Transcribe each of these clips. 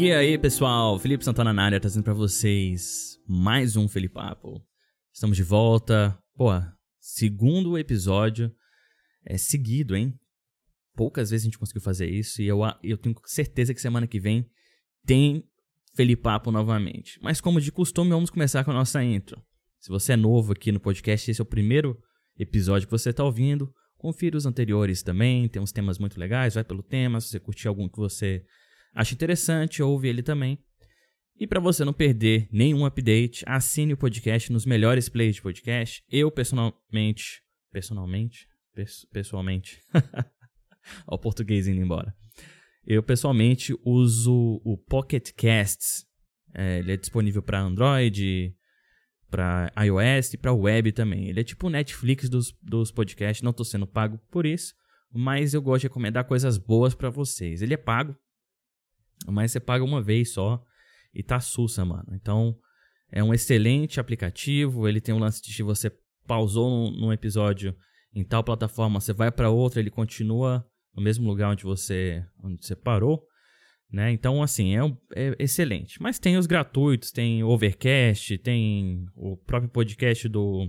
E aí, pessoal, Felipe Santana na área, trazendo pra vocês mais um Felipapo. Estamos de volta, segundo episódio seguido, hein? Poucas vezes a gente conseguiu fazer isso e eu tenho certeza que semana que vem tem Felipapo novamente. Mas como de costume, vamos começar com a nossa intro. Se você é novo aqui no podcast, esse é o primeiro episódio que você está ouvindo. Confira os anteriores também, tem uns temas muito legais, vai pelo tema, se você curtir algum que você acha interessante, ouve ele também. E para você não perder nenhum update, assine o podcast nos melhores players de podcast. Eu pessoalmente, ó, o português indo embora. Eu pessoalmente uso o Pocket Casts. Ele é disponível para Android, para iOS e para web também. Ele é tipo o Netflix dos podcasts, não estou sendo pago por isso, mas eu gosto de recomendar coisas boas para vocês. Ele é pago, mas você paga uma vez só e tá sussa, mano. Então, é um excelente aplicativo. Ele tem um lance de você pausou num episódio em tal plataforma, você vai para outra, ele continua no mesmo lugar onde você parou, né? Então, assim, é excelente. Mas tem os gratuitos, tem o Overcast, tem o próprio podcast do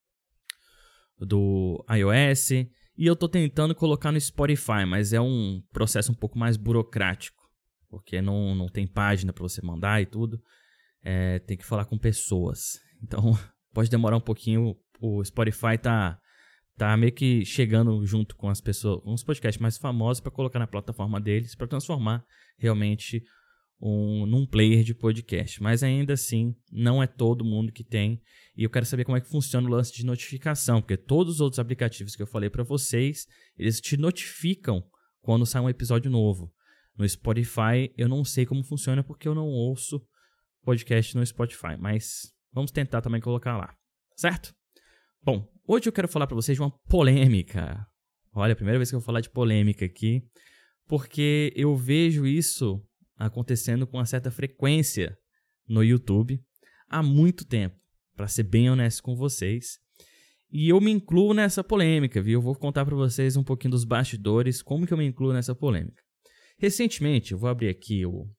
iOS. E eu tô tentando colocar no Spotify, mas é um processo um pouco mais burocrático, porque não tem página para você mandar e tudo. Tem que falar com pessoas. Então, pode demorar um pouquinho. O Spotify tá meio que chegando junto com as pessoas, uns podcasts mais famosos para colocar na plataforma deles, para transformar realmente num player de podcast. Mas ainda assim, não é todo mundo que tem. E eu quero saber como é que funciona o lance de notificação, porque todos os outros aplicativos que eu falei para vocês, eles te notificam quando sai um episódio novo. No Spotify, eu não sei como funciona porque eu não ouço podcast no Spotify, mas vamos tentar também colocar lá, certo? Bom, hoje eu quero falar para vocês de uma polêmica. Olha, a primeira vez que eu vou falar de polêmica aqui, porque eu vejo isso acontecendo com uma certa frequência no YouTube há muito tempo, para ser bem honesto com vocês. E eu me incluo nessa polêmica, viu? Eu vou contar para vocês um pouquinho dos bastidores, como que eu me incluo nessa polêmica. Recentemente, eu vou abrir aqui o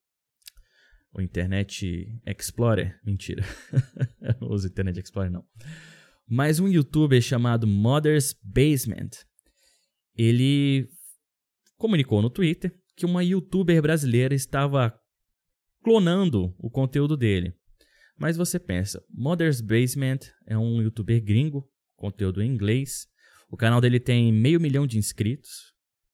Internet Explorer. Mentira, eu não uso Internet Explorer não. Mas um youtuber chamado Mother's Basement, ele comunicou no Twitter que uma youtuber brasileira estava clonando o conteúdo dele. Mas você pensa, Mother's Basement é um youtuber gringo, conteúdo em inglês. O canal dele tem 500 mil de inscritos.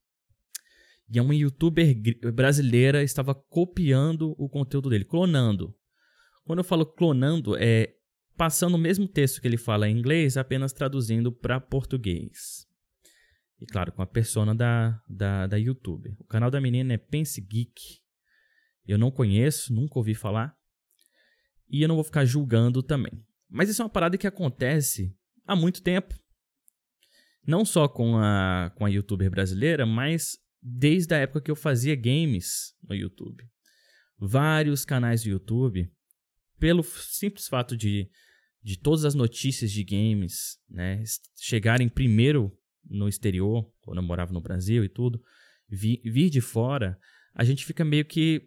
E uma youtuber brasileira estava copiando o conteúdo dele, clonando. Quando eu falo clonando, é passando o mesmo texto que ele fala em inglês, apenas traduzindo para português. E claro, com a persona da youtuber. O canal da menina é Pense Geek. Eu não conheço, nunca ouvi falar. E eu não vou ficar julgando também. Mas isso é uma parada que acontece há muito tempo. Não só com a youtuber brasileira, mas desde a época que eu fazia games no YouTube. Vários canais do YouTube, pelo simples fato de todas as notícias de games, né, chegarem primeiro no exterior, quando eu morava no Brasil e tudo, vir de fora, a gente fica meio que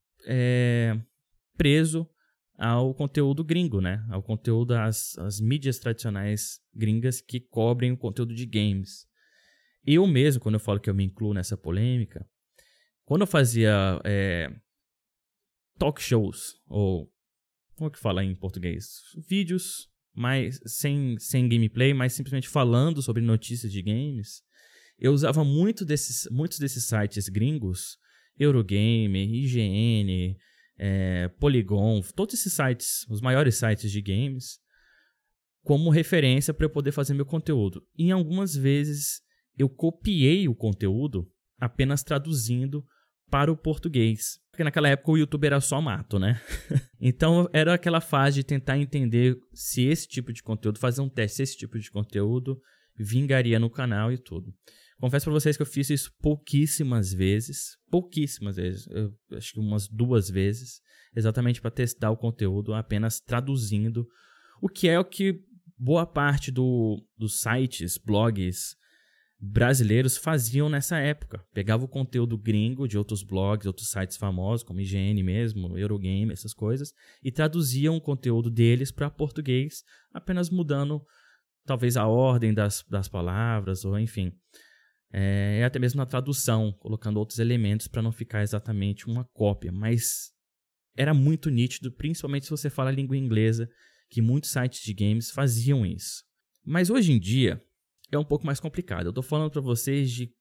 preso ao conteúdo gringo, né? Ao conteúdo das mídias tradicionais gringas que cobrem o conteúdo de games. Eu mesmo, quando eu falo que eu me incluo nessa polêmica, quando eu fazia talk shows, ou como é que fala em português? Vídeos, mas sem gameplay, mas simplesmente falando sobre notícias de games, eu usava muitos desses sites gringos, Eurogamer, IGN, Polygon, todos esses sites, os maiores sites de games, como referência para eu poder fazer meu conteúdo. E em algumas vezes eu copiei o conteúdo apenas traduzindo para o português. Porque naquela época o YouTube era só mato, né? Então era aquela fase de tentar entender se esse tipo de conteúdo, fazer um teste se esse tipo de conteúdo vingaria no canal e tudo. Confesso para vocês que eu fiz isso pouquíssimas vezes. Eu acho que umas 2 vezes, exatamente para testar o conteúdo apenas traduzindo, o que boa parte dos sites, blogs, brasileiros faziam nessa época. Pegavam o conteúdo gringo de outros blogs, outros sites famosos, como IGN mesmo, Eurogame, essas coisas, e traduziam o conteúdo deles para português, apenas mudando talvez a ordem das palavras, ou enfim. Até mesmo na tradução, colocando outros elementos para não ficar exatamente uma cópia. Mas era muito nítido, principalmente se você fala a língua inglesa, que muitos sites de games faziam isso. Mas hoje em dia é um pouco mais complicado. Eu tô falando para vocês de,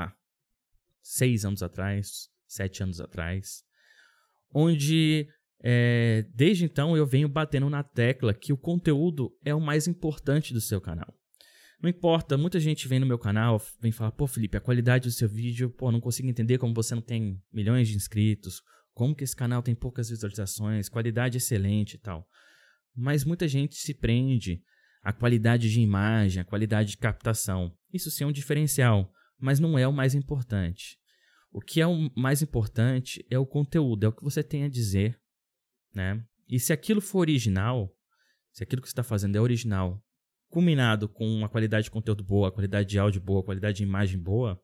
6 anos atrás, 7 anos atrás, onde desde então eu venho batendo na tecla que o conteúdo é o mais importante do seu canal. Não importa, muita gente vem no meu canal, vem falar, pô, Felipe, a qualidade do seu vídeo, não consigo entender como você não tem milhões de inscritos, como que esse canal tem poucas visualizações, qualidade excelente e tal. Mas muita gente se prende à qualidade de imagem, à qualidade de captação. Isso sim é um diferencial, mas não é o mais importante. O que é o mais importante é o conteúdo, é o que você tem a dizer, né? E se aquilo for original, se aquilo que você está fazendo é original, combinado com uma qualidade de conteúdo boa, a qualidade de áudio boa, a qualidade de imagem boa,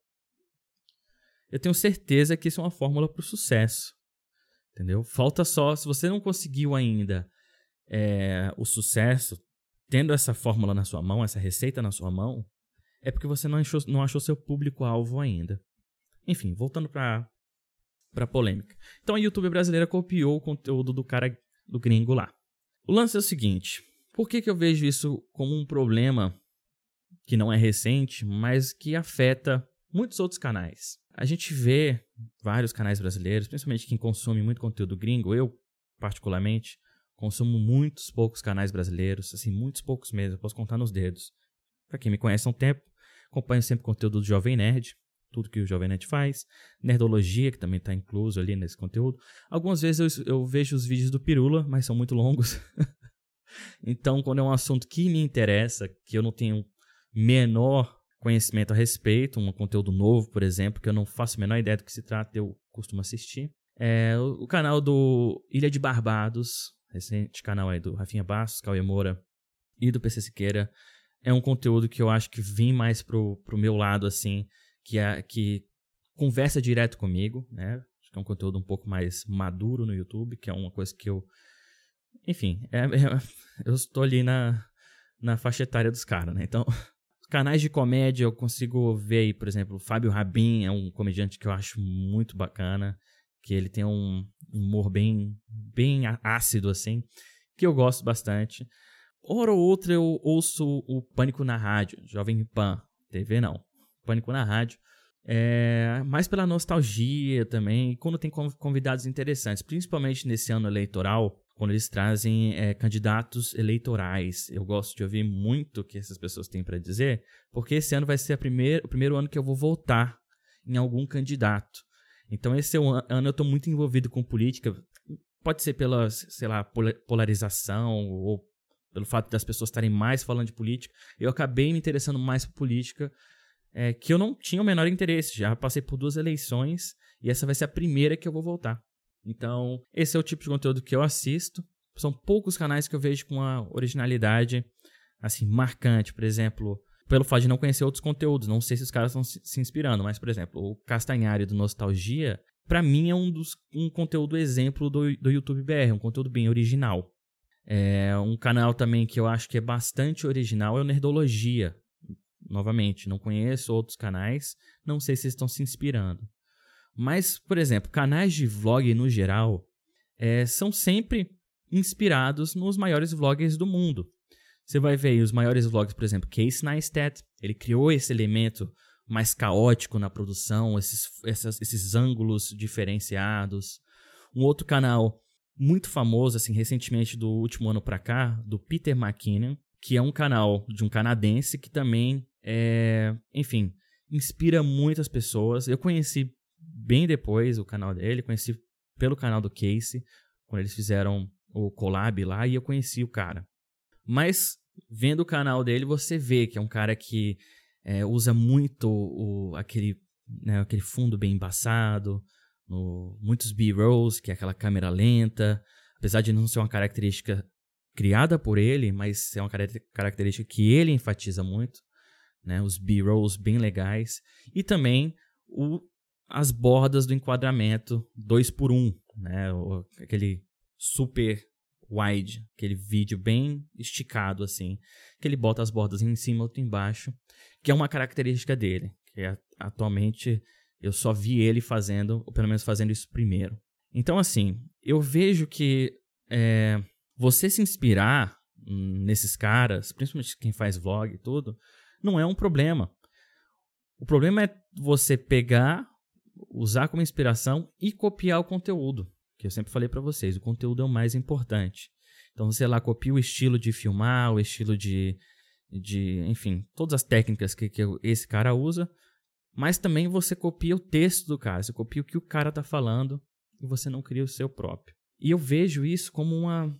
eu tenho certeza que isso é uma fórmula para o sucesso. Entendeu? Falta só, se você não conseguiu ainda o sucesso, tendo essa fórmula na sua mão, essa receita na sua mão, é porque você não achou seu público-alvo ainda. Enfim, voltando para a polêmica. Então a YouTube brasileira copiou o conteúdo do gringo lá. O lance é o seguinte, por que eu vejo isso como um problema que não é recente, mas que afeta muitos outros canais? A gente vê vários canais brasileiros, principalmente quem consome muito conteúdo gringo. Eu, particularmente, consumo muitos poucos canais brasileiros, assim, muitos poucos mesmo, eu posso contar nos dedos. Para quem me conhece há um tempo, acompanho sempre o conteúdo do Jovem Nerd, tudo que o Jovem Nerd faz, Nerdologia, que também está incluso ali nesse conteúdo. Algumas vezes eu vejo os vídeos do Pirula, mas são muito longos. Então, quando é um assunto que me interessa, que eu não tenho menor conhecimento a respeito, um conteúdo novo, por exemplo, que eu não faço a menor ideia do que se trata, eu costumo assistir. O canal do Ilha de Barbados, recente canal aí do Rafinha Bastos, Cauê Moura e do PC Siqueira, é um conteúdo que eu acho que vem mais pro meu lado, assim, que conversa direto comigo, né? Acho que é um conteúdo um pouco mais maduro no YouTube, que é uma coisa que eu... Enfim, eu estou ali na faixa etária dos caras, né? Então... Canais de comédia eu consigo ver aí, por exemplo, o Fábio Rabin é um comediante que eu acho muito bacana, que ele tem um humor bem ácido, assim, que eu gosto bastante. Hora ou outra eu ouço o Pânico na Rádio, Jovem Pan, TV não, Pânico na Rádio, mais pela nostalgia também, e quando tem convidados interessantes, principalmente nesse ano eleitoral, quando eles trazem candidatos eleitorais. Eu gosto de ouvir muito o que essas pessoas têm para dizer, porque esse ano vai ser o primeiro ano que eu vou votar em algum candidato. Então esse ano eu estou muito envolvido com política, pode ser pela, polarização, ou pelo fato das pessoas estarem mais falando de política. Eu acabei me interessando mais por política, que eu não tinha o menor interesse. Já passei por 2 eleições e essa vai ser a primeira que eu vou votar. Então, esse é o tipo de conteúdo que eu assisto. São poucos canais que eu vejo com uma originalidade assim, marcante. Por exemplo, pelo fato de não conhecer outros conteúdos. Não sei se os caras estão se inspirando, mas, por exemplo, o Castanhari do Nostalgia, pra mim é um conteúdo exemplo do YouTube BR, um conteúdo bem original. Um canal também que eu acho que é bastante original é o Nerdologia. Novamente, não conheço outros canais, não sei se estão se inspirando. Mas, por exemplo, canais de vlog no geral são sempre inspirados nos maiores vloggers do mundo. Você vai ver aí os maiores vlogs, por exemplo, Casey Neistat, ele criou esse elemento mais caótico na produção, esses ângulos diferenciados. Um outro canal muito famoso, assim, recentemente do último ano pra cá, do Peter McKinnon, que é um canal de um canadense que também, enfim, inspira muitas pessoas. Eu conheci bem depois o canal dele, conheci pelo canal do Casey, quando eles fizeram o collab lá, e eu conheci o cara. Mas, vendo o canal dele, você vê que é um cara que usa muito aquele fundo bem embaçado, muitos B-rolls, que é aquela câmera lenta, apesar de não ser uma característica criada por ele, mas é uma característica que ele enfatiza muito, né? Os B-rolls bem legais. E também as bordas do enquadramento 2x1, né? Aquele super wide, aquele vídeo bem esticado assim, que ele bota as bordas em cima e outra embaixo, que é uma característica dele, que atualmente eu só vi ele fazendo, ou pelo menos fazendo isso primeiro. Então assim, eu vejo que você se inspirar nesses caras, principalmente quem faz vlog e tudo, não é um problema. O problema é você pegar, usar como inspiração e copiar o conteúdo. Que eu sempre falei pra vocês, o conteúdo é o mais importante. Então você lá copia o estilo de filmar, o estilo de enfim, todas as técnicas que esse cara usa, mas também você copia o texto do cara, você copia o que o cara tá falando e você não cria o seu próprio. E eu vejo isso como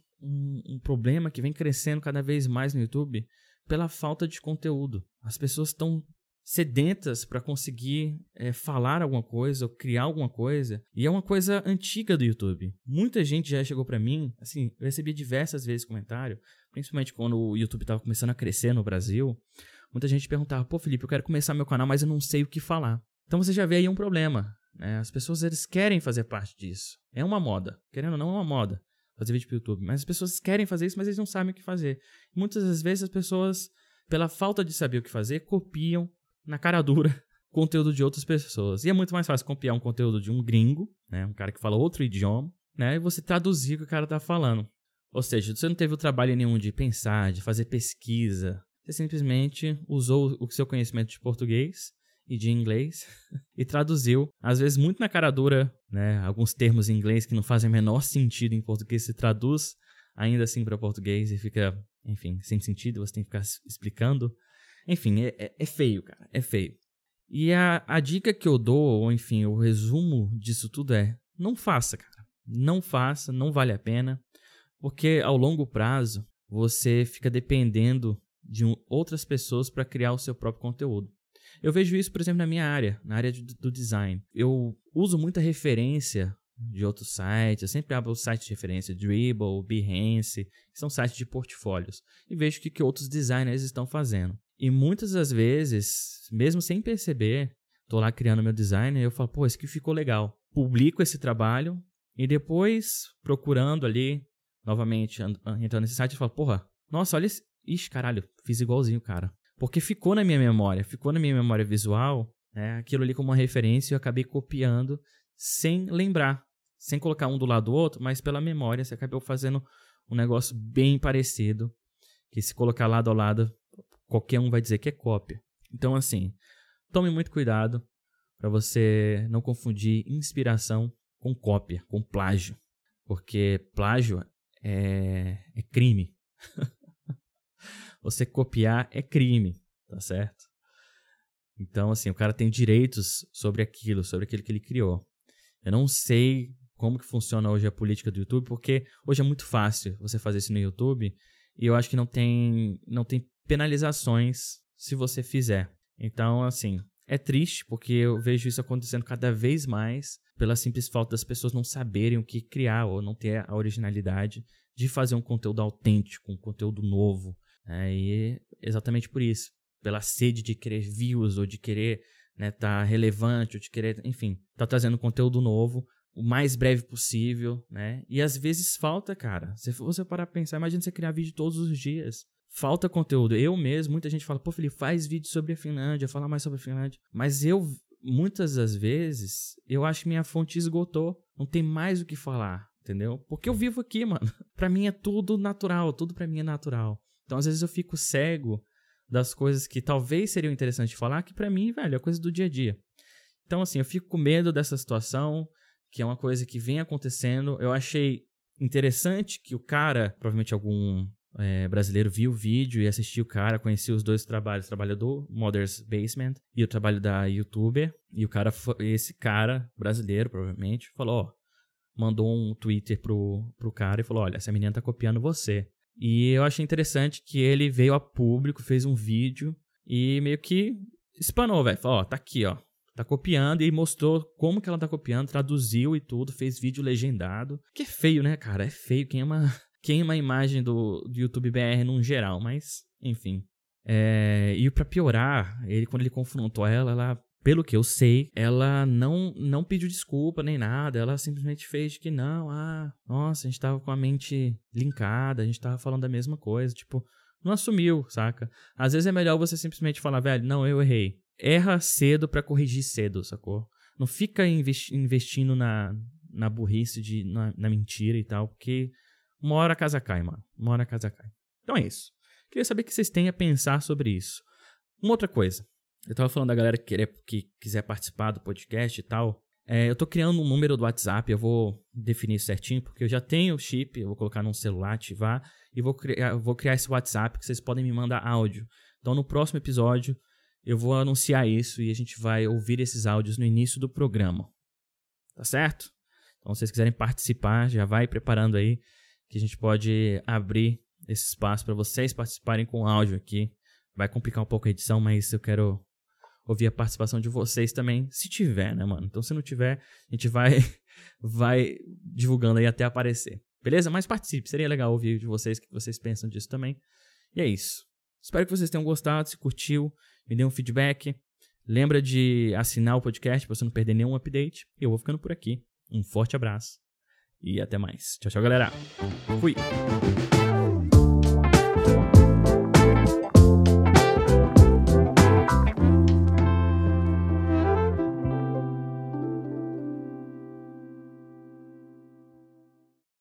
um problema que vem crescendo cada vez mais no YouTube pela falta de conteúdo. As pessoas estão sedentas para conseguir falar alguma coisa ou criar alguma coisa, e é uma coisa antiga do YouTube. Muita gente já chegou para mim, assim, eu recebi diversas vezes comentário, principalmente quando o YouTube estava começando a crescer no Brasil, muita gente perguntava, pô Felipe, eu quero começar meu canal, mas eu não sei o que falar. Então você já vê aí um problema, né? As pessoas eles querem fazer parte disso, é uma moda, querendo ou não é uma moda fazer vídeo pro YouTube, mas as pessoas querem fazer isso, mas eles não sabem o que fazer. Muitas das vezes as pessoas, pela falta de saber o que fazer, copiam na cara dura conteúdo de outras pessoas. E é muito mais fácil copiar um conteúdo de um gringo, né, um cara que fala outro idioma, né, e você traduzir o que o cara tá falando. Ou seja, você não teve o trabalho nenhum de pensar, de fazer pesquisa. Você simplesmente usou o seu conhecimento de português e de inglês e traduziu, às vezes muito na cara dura, né, alguns termos em inglês que não fazem o menor sentido em português, se traduz ainda assim para português e fica, enfim, sem sentido, você tem que ficar explicando. Enfim, é feio, cara, é feio. E a dica que eu dou, ou enfim, o resumo disso tudo não faça, cara. Não faça, não vale a pena, porque ao longo prazo você fica dependendo de outras pessoas para criar o seu próprio conteúdo. Eu vejo isso, por exemplo, na minha área, na área do design. Eu uso muita referência de outros sites, eu sempre abro os sites de referência, Dribbble, Behance, que são sites de portfólios, e vejo o que outros designers estão fazendo. E muitas das vezes, mesmo sem perceber, tô lá criando meu design e eu falo, pô, isso aqui ficou legal. Publico esse trabalho e depois, procurando ali, novamente, entrando nesse site, eu falo, porra, nossa, olha esse... Ixi, caralho, fiz igualzinho, cara. Porque ficou na minha memória visual, né, aquilo ali como uma referência e eu acabei copiando sem lembrar, sem colocar um do lado do outro, mas pela memória você acabou fazendo um negócio bem parecido, que se colocar lado a lado, qualquer um vai dizer que é cópia. Então, assim, tome muito cuidado para você não confundir inspiração com cópia, com plágio. Porque plágio é crime. Você copiar é crime, tá certo? Então, assim, o cara tem direitos sobre aquilo que ele criou. Eu não sei como que funciona hoje a política do YouTube, porque hoje é muito fácil você fazer isso no YouTube e eu acho que não tem penalizações se você fizer. Então, assim, é triste porque eu vejo isso acontecendo cada vez mais pela simples falta das pessoas não saberem o que criar ou não ter a originalidade de fazer um conteúdo autêntico, um conteúdo novo. E exatamente por isso, pela sede de querer views ou de querer tá relevante ou de querer, enfim, tá trazendo conteúdo novo o mais breve possível, né? E às vezes falta, cara. Se você parar pra pensar, imagina você criar vídeo todos os dias. Falta conteúdo. Eu mesmo, muita gente fala, pô, Felipe, faz vídeo sobre a Finlândia, fala mais sobre a Finlândia. Mas eu, muitas das vezes, eu acho que minha fonte esgotou. Não tem mais o que falar, entendeu? Porque eu vivo aqui, mano. Pra mim é tudo natural, tudo pra mim é natural. Então, às vezes eu fico cego das coisas que talvez seriam interessantes de falar, que pra mim, velho, é coisa do dia a dia. Então, assim, eu fico com medo dessa situação, que é uma coisa que vem acontecendo. Eu achei interessante que o cara, provavelmente algum brasileiro, viu o vídeo e assistiu o cara, conhecia os dois trabalhos, o trabalho do Mother's Basement e o trabalho da YouTuber. E o cara, esse cara brasileiro, provavelmente, falou, mandou um Twitter pro cara e falou, olha, essa menina tá copiando você. E eu achei interessante que ele veio a público, fez um vídeo e meio que espanou, velho. Falou, tá aqui, tá copiando e mostrou como que ela tá copiando, traduziu e tudo, fez vídeo legendado. Que é feio, né, cara? É feio, queima a imagem do YouTube BR num geral, mas, enfim. E pra piorar, quando ele confrontou ela, pelo que eu sei, ela não pediu desculpa nem nada. Ela simplesmente fez de que não, nossa, a gente tava com a mente linkada, a gente tava falando da mesma coisa, tipo, não assumiu, saca? Às vezes é melhor você simplesmente falar, velho, não, eu errei. Erra cedo pra corrigir cedo, sacou? Não fica investindo na burrice, na mentira e tal, porque uma hora a casa cai, mano. Uma hora a casa cai. Então é isso. Queria saber o que vocês têm a pensar sobre isso. Uma outra coisa. Eu tava falando da galera que quiser participar do podcast e tal. Eu tô criando um número do WhatsApp, eu vou definir isso certinho, porque eu já tenho o chip, eu vou colocar num celular, ativar, e vou criar esse WhatsApp que vocês podem me mandar áudio. Então no próximo episódio eu vou anunciar isso e a gente vai ouvir esses áudios no início do programa. Tá certo? Então se vocês quiserem participar, já vai preparando aí, que a gente pode abrir esse espaço para vocês participarem com áudio aqui. Vai complicar um pouco a edição, mas eu quero ouvir a participação de vocês também, se tiver, né, mano? Então, se não tiver, a gente vai divulgando aí até aparecer. Beleza? Mas participe, seria legal ouvir de vocês o que vocês pensam disso também. E é isso. Espero que vocês tenham gostado, se curtiu, me dê um feedback. Lembra de assinar o podcast para você não perder nenhum update. E eu vou ficando por aqui. Um forte abraço e até mais. Tchau, tchau, galera. Fui!